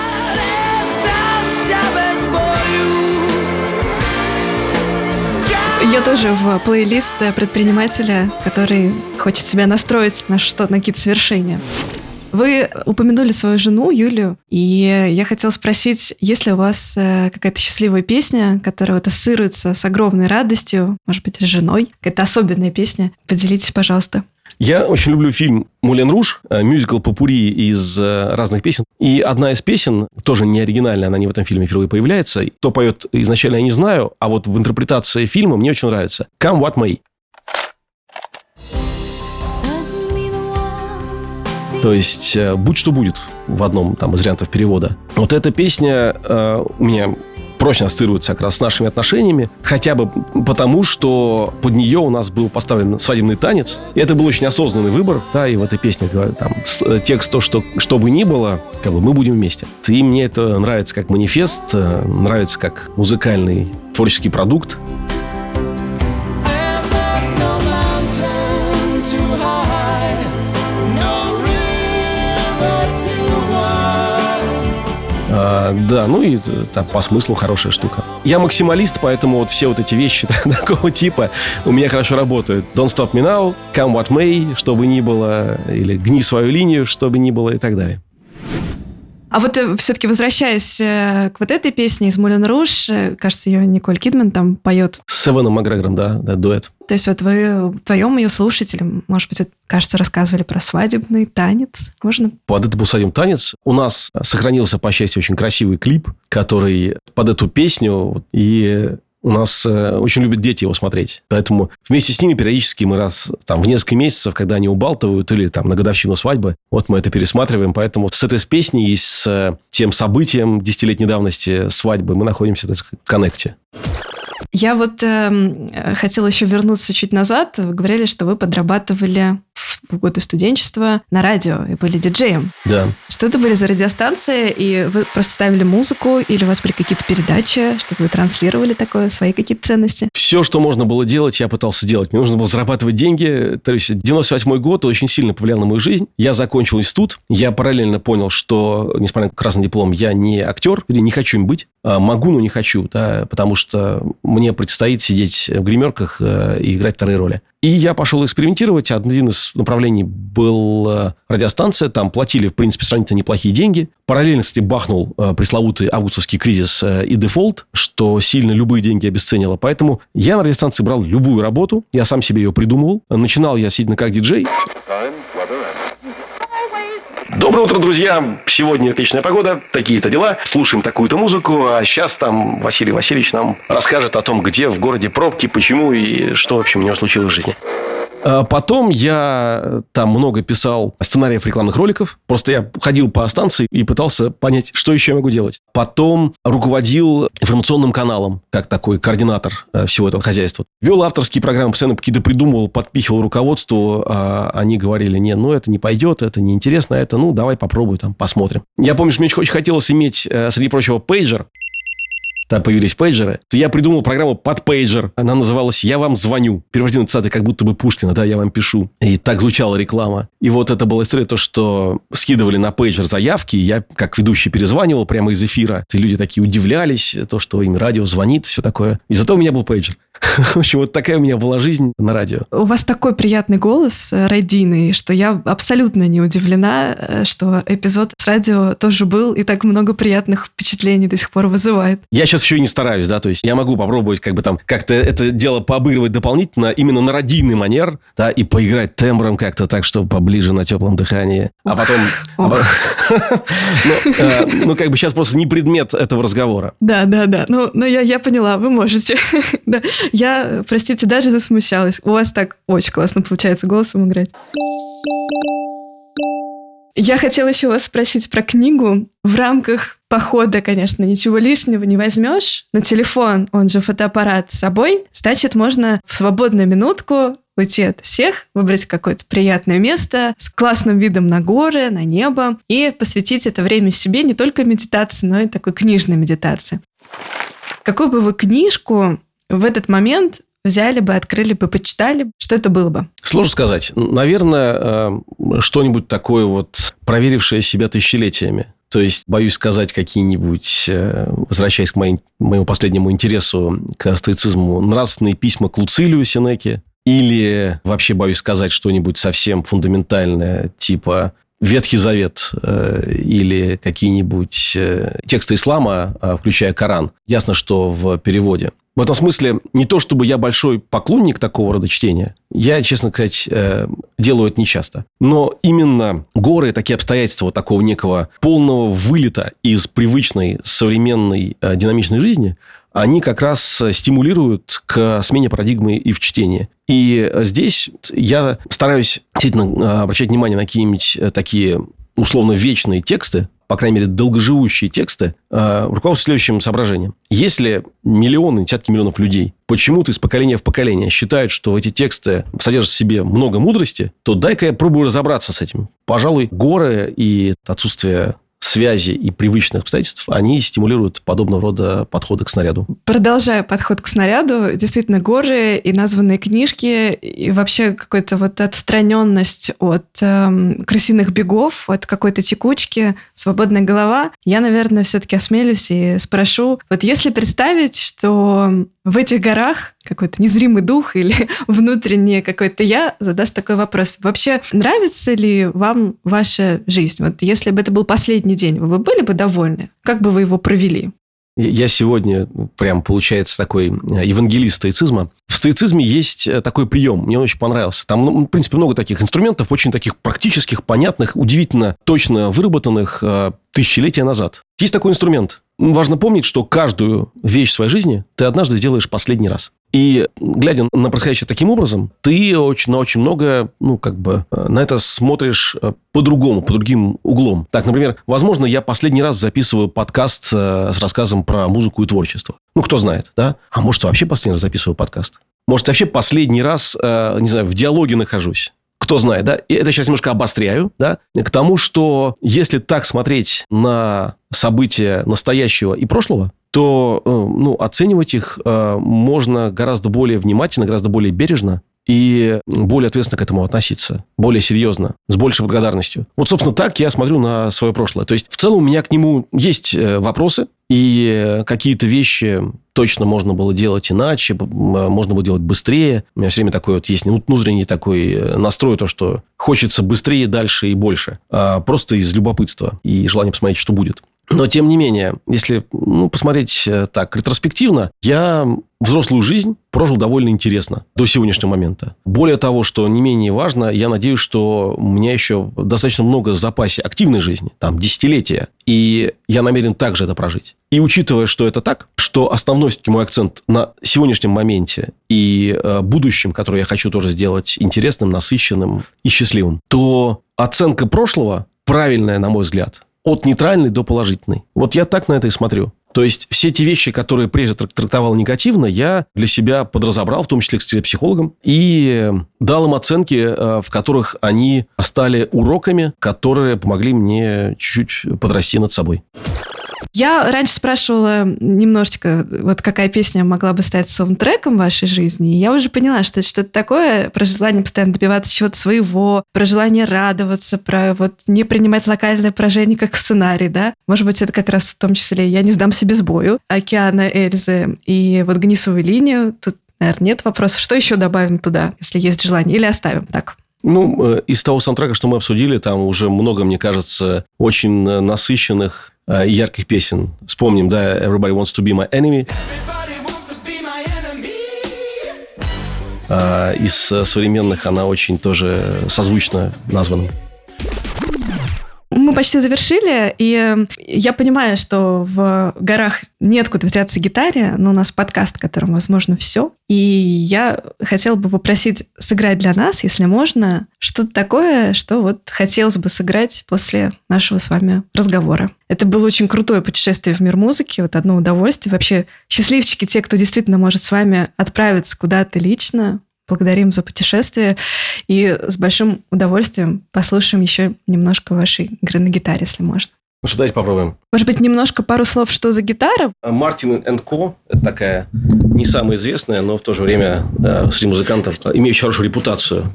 Я тоже в плейлист предпринимателя, который хочет себя настроить на что-то, на какие-то свершения. Вы упомянули свою жену Юлию, и я хотела спросить, есть ли у вас какая-то счастливая песня, которая вот ассоциируется с огромной радостью, может быть, с женой, какая-то особенная песня? Поделитесь, пожалуйста. Я очень люблю фильм «Мулен Руж», мюзикл попурри из разных песен. И одна из песен, тоже не оригинальная, она не в этом фильме впервые появляется. Кто поет изначально, я не знаю, а вот в интерпретации фильма мне очень нравится. «Come what may». То есть, будь что будет, в одном там, из вариантов перевода. Вот эта песня э, у меня прочно ассоциируется как раз с нашими отношениями, хотя бы потому, что под нее у нас был поставлен свадебный танец. И это был очень осознанный выбор, да, и в этой песне там, текст то, что, что бы ни было, как бы мы будем вместе. И мне это нравится как манифест, нравится как музыкальный творческий продукт. А, да, ну и там, по смыслу хорошая штука. Я максималист, поэтому вот все вот эти вещи такого типа у меня хорошо работают. Don't stop me now, come what may, что бы ни было, или гни свою линию, что бы ни было и так далее. А вот все-таки возвращаясь к вот этой песне из «Мулен Руж», кажется, ее Николь Кидман там поет. С Эваном Макгрегором, да, да, дуэт. То есть вот вы вдвоем ее слушателям, может быть, вот, кажется, рассказывали про свадебный танец. Можно? Под это был свадебный танец. У нас сохранился, по счастью, очень красивый клип, который под эту песню. И у нас э, очень любят дети его смотреть. Поэтому вместе с ними периодически мы раз там, в несколько месяцев, когда они убалтывают или там, на годовщину свадьбы, вот мы это пересматриваем. Поэтому с этой с песней и с э, тем событием десятилетней давности свадьбы мы находимся в коннекте. Я вот э, хотела еще вернуться чуть назад. Вы говорили, что вы подрабатывали в годы студенчества на радио и были диджеем. Да. Что это были за радиостанции? И вы просто ставили музыку? Или у вас были какие-то передачи? Что-то вы транслировали такое? Свои какие-то ценности? Все, что можно было делать, я пытался делать. Мне нужно было зарабатывать деньги. То есть девяносто восьмой год очень сильно повлиял на мою жизнь. Я закончил институт. Я параллельно понял, что, несмотря на красный диплом, я не актер. Или не хочу им быть. Могу, но не хочу. Да, потому что мне предстоит сидеть в гримерках и играть вторые роли. И я пошел экспериментировать. Один из направлений был радиостанция. Там платили, в принципе, сравнительно неплохие деньги. Параллельно, кстати, бахнул пресловутый августовский кризис и дефолт, что сильно любые деньги обесценило. Поэтому я на радиостанции брал любую работу. Я сам себе ее придумывал. Начинал я сидя как диджей. Доброе утро, друзья! Сегодня отличная погода, такие-то дела. Слушаем такую-то музыку. А сейчас там Василий Васильевич нам расскажет о том, где в городе пробки, почему и что вообще у него случилось в жизни. Потом я там много писал сценариев рекламных роликов. Просто я ходил по станции и пытался понять, что еще я могу делать. Потом руководил информационным каналом, как такой координатор всего этого хозяйства. Вел авторские программы, постоянно какие-то придумывал, подпихивал руководству. А они говорили, не, ну это не пойдет, это неинтересно, это, ну давай попробуй, там, посмотрим. Я помню, что мне очень хотелось иметь, среди прочего, пейджер. Там появились пейджеры. Я придумал программу под пейджер. Она называлась «Я вам звоню». Переводил на цитаты как будто бы Пушкина, да, «Я вам пишу». И так звучала реклама. И вот это была история, то, что скидывали на пейджер заявки. Я как ведущий перезванивал прямо из эфира. И люди такие удивлялись, то, что им радио звонит, все такое. И зато у меня был пейджер. В общем, вот такая у меня была жизнь на радио. У вас такой приятный голос радийный, что я абсолютно не удивлена, что эпизод с радио тоже был и так много приятных впечатлений до сих пор вызывает. Я сейчас еще и не стараюсь, да, то есть я могу попробовать как бы там как-то это дело пообыгрывать дополнительно именно на радийный манер, да, и поиграть тембром как-то так, чтобы поближе на теплом дыхании. А потом... Ну, как бы сейчас просто не предмет этого разговора. Да, да, да. Ну, но я, я поняла, вы можете. Да. Я, простите, даже засмущалась. У вас так очень классно получается голосом играть. Я хотела еще вас спросить про книгу. В рамках похода, конечно, ничего лишнего не возьмешь, но телефон, он же фотоаппарат, с собой. Значит, можно в свободную минутку уйти от всех, выбрать какое-то приятное место с классным видом на горы, на небо и посвятить это время себе не только медитации, но и такой книжной медитации. Какую бы вы книжку в этот момент взяли бы, открыли бы, почитали, что это было бы? Сложно сказать. Наверное, что-нибудь такое вот, проверившее себя тысячелетиями. То есть, боюсь сказать какие-нибудь, возвращаясь к моим, моему последнему интересу, к стоицизму, нравственные письма к Луцилию Сенеке, или вообще боюсь сказать что-нибудь совсем фундаментальное, типа Ветхий Завет э, или какие-нибудь э, тексты ислама, э, включая Коран. Ясно, что в переводе. В этом смысле не то, чтобы я большой поклонник такого рода чтения. Я, честно сказать, э, делаю это нечасто. Но именно горы, такие обстоятельства вот такого некого полного вылета из привычной современной э, динамичной жизни, они как раз стимулируют к смене парадигмы и в чтении. И здесь я стараюсь действительно обращать внимание на какие-нибудь такие условно вечные тексты, по крайней мере, долгоживущие тексты, руководствуясь следующим соображением. Если миллионы, десятки миллионов людей почему-то из поколения в поколение считают, что эти тексты содержат в себе много мудрости, то дай-ка я пробую разобраться с этим. Пожалуй, горы и отсутствие связи и привычных обстоятельств, они стимулируют подобного рода подходы к снаряду. Продолжая подход к снаряду, действительно, горы и названные книжки, и вообще какая-то вот отстраненность от эм, крысиных бегов, от какой-то текучки, свободная голова. Я, наверное, все-таки осмелюсь и спрошу, вот если представить, что в этих горах какой-то незримый дух или внутреннее какое-то я задаст такой вопрос. Вообще, нравится ли вам ваша жизнь? Вот если бы это был последний день, вы бы были бы довольны? Как бы вы его провели? Я сегодня прям, получается, такой евангелист стоицизма. В стоицизме есть такой прием, мне он очень понравился. Там, ну, в принципе, много таких инструментов, очень таких практических, понятных, удивительно точно выработанных э, тысячелетия назад. Есть такой инструмент. Важно помнить, что каждую вещь в своей жизни ты однажды сделаешь последний раз. И, глядя на происходящее таким образом, ты очень, на очень много, ну, как бы, на это смотришь по-другому, по другим углом. Так, например, возможно, я последний раз записываю подкаст с рассказом про музыку и творчество. Ну, кто знает, да? А может, вообще последний раз записываю подкаст? Может, вообще последний раз, не знаю, в диалоге нахожусь? Кто знает, да? И это сейчас немножко обостряю, да? К тому, что если так смотреть на события настоящего и прошлого, то ну, оценивать их можно гораздо более внимательно, гораздо более бережно и более ответственно к этому относиться, более серьезно, с большей благодарностью. Вот, собственно, так я смотрю на свое прошлое. То есть, в целом, у меня к нему есть вопросы, и какие-то вещи точно можно было делать иначе, можно было делать быстрее. У меня все время такой вот есть внутренний такой настрой, то, что хочется быстрее, дальше и больше. Просто из любопытства и желания посмотреть, что будет. Но, тем не менее, если ну, посмотреть так ретроспективно, я взрослую жизнь прожил довольно интересно до сегодняшнего момента. Более того, что не менее важно, я надеюсь, что у меня еще достаточно много в запасе активной жизни, там, десятилетия, и я намерен также это прожить. И учитывая, что это так, что основной все-таки мой акцент на сегодняшнем моменте и э, будущем, которое я хочу тоже сделать интересным, насыщенным и счастливым, то оценка прошлого правильная, на мой взгляд, от нейтральной до положительной. Вот я так на это и смотрю. То есть, все те вещи, которые прежде трактовал негативно, я для себя подразобрал, в том числе к психологам, и дал им оценки, в которых они стали уроками, которые помогли мне чуть-чуть подрасти над собой. Я раньше спрашивала немножечко, вот какая песня могла бы стать саундтреком вашей жизни, и я уже поняла, что это что-то такое, про желание постоянно добиваться чего-то своего, про желание радоваться, про вот не принимать локальное поражение как сценарий, да? Может быть, это как раз в том числе «Я не сдамся без бою» Океана Эльзы и вот «Гни свою линию». Тут наверное, нет вопросов. Что еще добавим туда, если есть желание? Или оставим так? Ну, из того саундтрека, что мы обсудили, там уже много, мне кажется, очень насыщенных и ярких песен. Вспомним, да, «Everybody wants to be my enemy». Из современных она очень тоже созвучна названным. Мы почти завершили, и я понимаю, что в горах неоткуда взяться гитаре, но у нас подкаст, в котором возможно все. И я хотела бы попросить сыграть для нас, если можно, что-то такое, что вот хотелось бы сыграть после нашего с вами разговора. Это было очень крутое путешествие в мир музыки, вот одно удовольствие. Вообще счастливчики те, кто действительно может с вами отправиться куда-то лично. Благодарим за путешествие и с большим удовольствием послушаем еще немножко вашей игры на гитаре, если можно. Ну что, давайте попробуем. Может быть, немножко пару слов, что за гитара? Martin энд Ко – это такая не самая известная, но в то же время среди музыкантов, имеющая хорошую репутацию.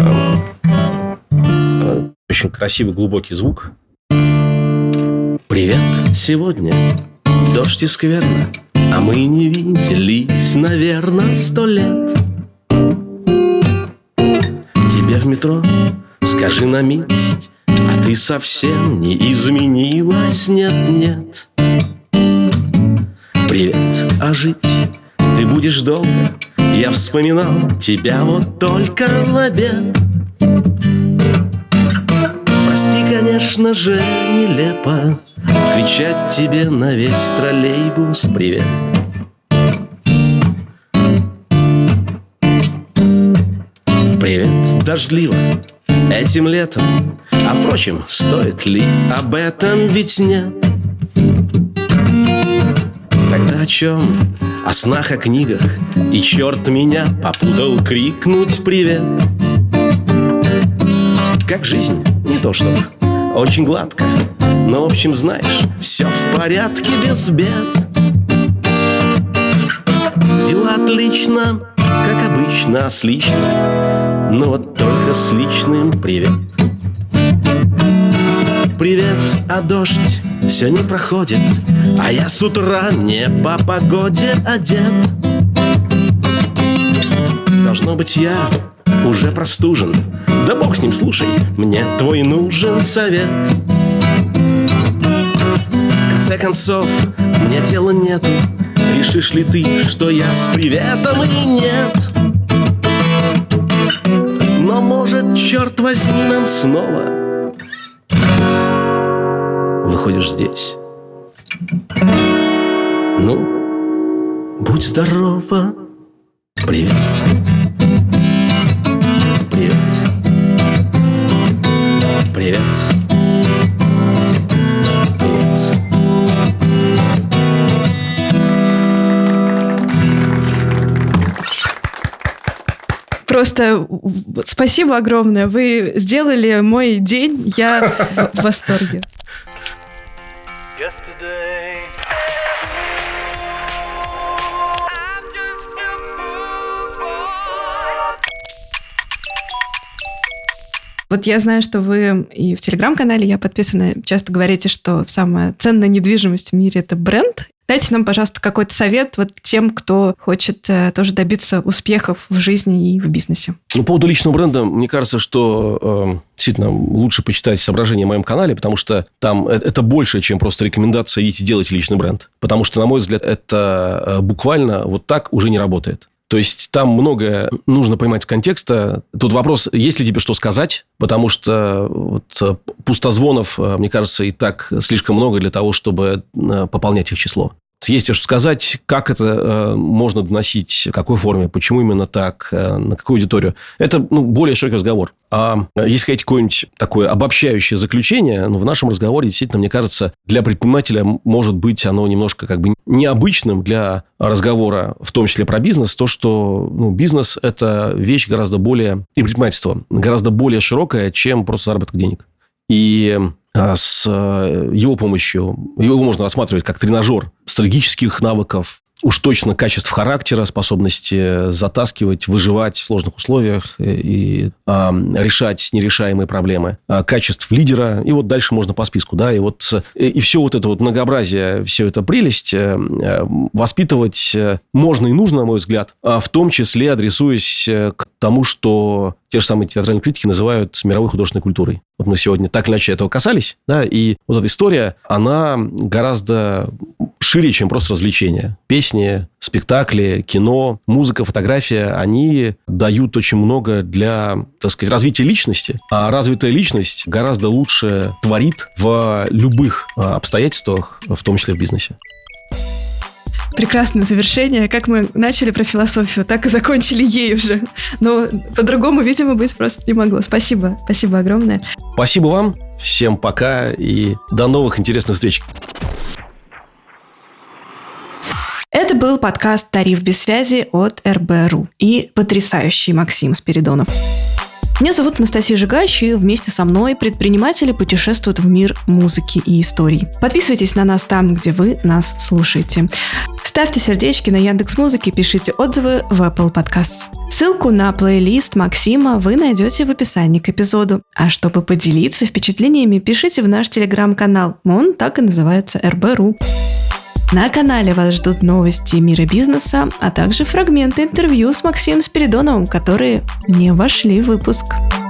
Очень красивый, глубокий звук. Привет, сегодня дождь и скверно, а мы не виделись, наверное, сто лет. Тебе в метро скажи на милость, а ты совсем не изменилась, нет-нет. Привет, а жить ты будешь долго, я вспоминал тебя вот только в обед. Прости, конечно же, нелепо кричать тебе на весь троллейбус привет. Привет, дождливо этим летом, а впрочем, стоит ли об этом, ведь нет. Тогда о чем? О снах, о книгах, и черт меня попутал крикнуть привет. Как жизнь, не то чтоб очень гладко, но в общем, знаешь, все в порядке без бед. Дела отлично, как обычно, с личным, но вот только с личным привет. Привет, а дождь все не проходит, а я с утра не по погоде одет. Должно быть, я уже простужен. Да бог с ним, слушай, мне твой нужен совет. В конце концов, мне дела нету. Решишь ли ты, что я с приветом или нет? Но может, черт возьми, нам снова выходишь здесь. Ну, будь здорова. Привет. Привет. Привет. Привет. Просто спасибо огромное. Вы сделали мой день. Я в восторге. Вот я знаю, что вы и в Телеграм-канале, я подписана, часто говорите, что самая ценная недвижимость в мире – это бренд. Дайте нам, пожалуйста, какой-то совет вот тем, кто хочет э, тоже добиться успехов в жизни и в бизнесе. Ну, по поводу личного бренда, мне кажется, что э, действительно лучше почитать соображения о моем канале, потому что там это, это больше, чем просто рекомендация идите делайте личный бренд. Потому что, на мой взгляд, это э, буквально вот так уже не работает. То есть, там многое нужно понимать с контекста. Тут вопрос, есть ли тебе что сказать, потому что вот, пустозвонов, мне кажется, и так слишком много для того, чтобы пополнять их число. Есть что сказать, как это э, можно доносить, в какой форме, почему именно так, э, на какую аудиторию. Это ну, более широкий разговор. А если хотите какое-нибудь такое обобщающее заключение, ну, в нашем разговоре, действительно, мне кажется, для предпринимателя может быть оно немножко как бы необычным для разговора, в том числе про бизнес, то, что ну, бизнес – это вещь гораздо более, и предпринимательство, гораздо более широкая, чем просто заработок денег. И с его помощью, его можно рассматривать как тренажер стратегических навыков, уж точно качеств характера, способности затаскивать, выживать в сложных условиях и а, решать нерешаемые проблемы, а, качеств лидера. И вот дальше можно по списку. Да? И, вот, и, и все вот это вот многообразие, все это прелесть воспитывать можно и нужно, на мой взгляд, в том числе адресуясь к тому, что те же самые театральные критики называют мировой художественной культурой. Вот мы сегодня так или иначе этого касались, да, и вот эта история, она гораздо шире, чем просто развлечение. Песни, спектакли, кино, музыка, фотография, они дают очень много для, так сказать, развития личности. А развитая личность гораздо лучше творит в любых обстоятельствах, в том числе в бизнесе. Прекрасное завершение. Как мы начали про философию, так и закончили ей уже. Но по-другому, видимо, быть просто не могло. Спасибо. Спасибо огромное. Спасибо вам. Всем пока и до новых интересных встреч. Это был подкаст «Тариф без связи» от эр бэ эр у и потрясающий Максим Спиридонов. Меня зовут Анастасия Жигач, и вместе со мной предприниматели путешествуют в мир музыки и историй. Подписывайтесь на нас там, где вы нас слушаете. Ставьте сердечки на Яндекс.Музыке, пишите отзывы в Apple Podcasts. Ссылку на плейлист Максима вы найдете в описании к эпизоду. А чтобы поделиться впечатлениями, пишите в наш телеграм-канал. Он так и называется эр бэ эр у. На канале вас ждут новости мира бизнеса, а также фрагменты интервью с Максимом Спиридоновым, которые не вошли в выпуск.